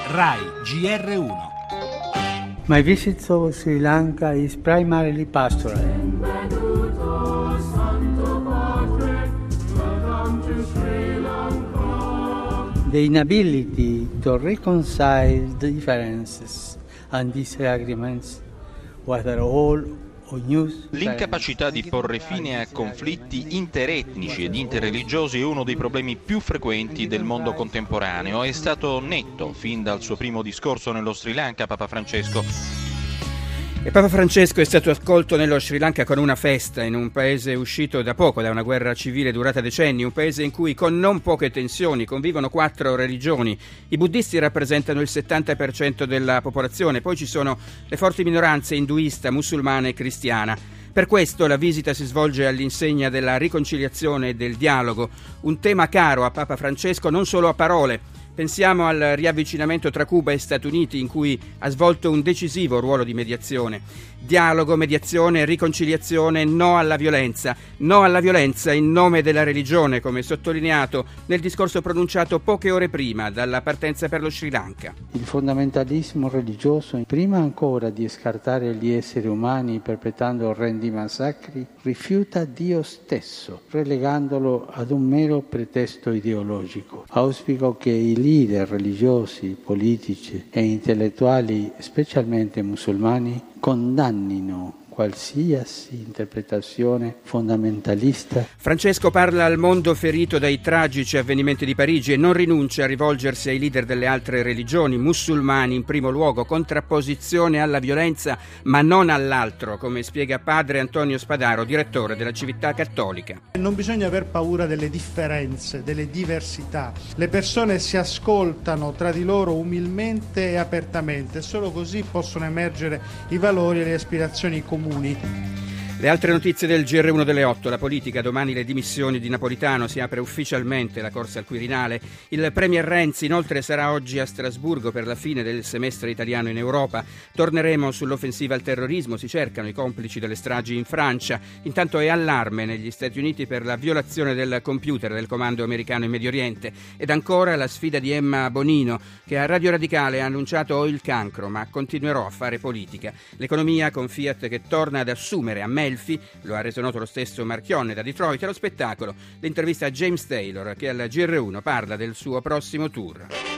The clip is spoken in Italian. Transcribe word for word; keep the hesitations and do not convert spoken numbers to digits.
Rai G R uno. My visit to Sri Lanka is primarily pastoral. The inability to reconcile the differences and disagreements, whether all. L'incapacità di porre fine a conflitti interetnici ed interreligiosi è uno dei problemi più frequenti del mondo contemporaneo. È stato netto fin dal suo primo discorso nello Sri Lanka Papa Francesco. E Papa Francesco è stato accolto nello Sri Lanka con una festa, in un paese uscito da poco da una guerra civile durata decenni, un paese in cui con non poche tensioni convivono quattro religioni. I buddisti rappresentano il settanta per cento della popolazione, poi ci sono le forti minoranze induista, musulmana e cristiana. Per questo la visita si svolge all'insegna della riconciliazione e del dialogo, un tema caro a Papa Francesco non solo a parole. Pensiamo al riavvicinamento tra Cuba e Stati Uniti, in cui ha svolto un decisivo ruolo di mediazione. Dialogo, mediazione, riconciliazione, no alla violenza. No alla violenza in nome della religione, come sottolineato nel discorso pronunciato poche ore prima dalla partenza per lo Sri Lanka. Il fondamentalismo religioso, prima ancora di scartare gli esseri umani perpetrando orrendi massacri, rifiuta Dio stesso, relegandolo ad un mero pretesto ideologico. Auspico che i leader religiosi, politici e intellettuali, specialmente musulmani, condannino qualsiasi interpretazione fondamentalista. Francesco parla al mondo ferito dai tragici avvenimenti di Parigi e non rinuncia a rivolgersi ai leader delle altre religioni, musulmani in primo luogo, contrapposizione alla violenza ma non all'altro, come spiega padre Antonio Spadaro, direttore della Civiltà Cattolica. Non bisogna aver paura delle differenze, delle diversità. Le persone si ascoltano tra di loro umilmente e apertamente, solo così possono emergere i valori e le aspirazioni comuni. Le altre notizie del G R uno delle otto, la politica, domani le dimissioni di Napolitano, si apre ufficialmente la corsa al Quirinale, il premier Renzi inoltre sarà oggi a Strasburgo per la fine del semestre italiano in Europa, torneremo sull'offensiva al terrorismo, si cercano i complici delle stragi in Francia, intanto è allarme negli Stati Uniti per la violazione del computer del comando americano in Medio Oriente ed ancora la sfida di Emma Bonino che a Radio Radicale ha annunciato ho il cancro ma continuerò a fare politica, l'economia con Fiat che torna ad assumere a me lo ha reso noto lo stesso Marchionne da Detroit, e lo spettacolo, l'intervista a James Taylor che al G R uno parla del suo prossimo tour.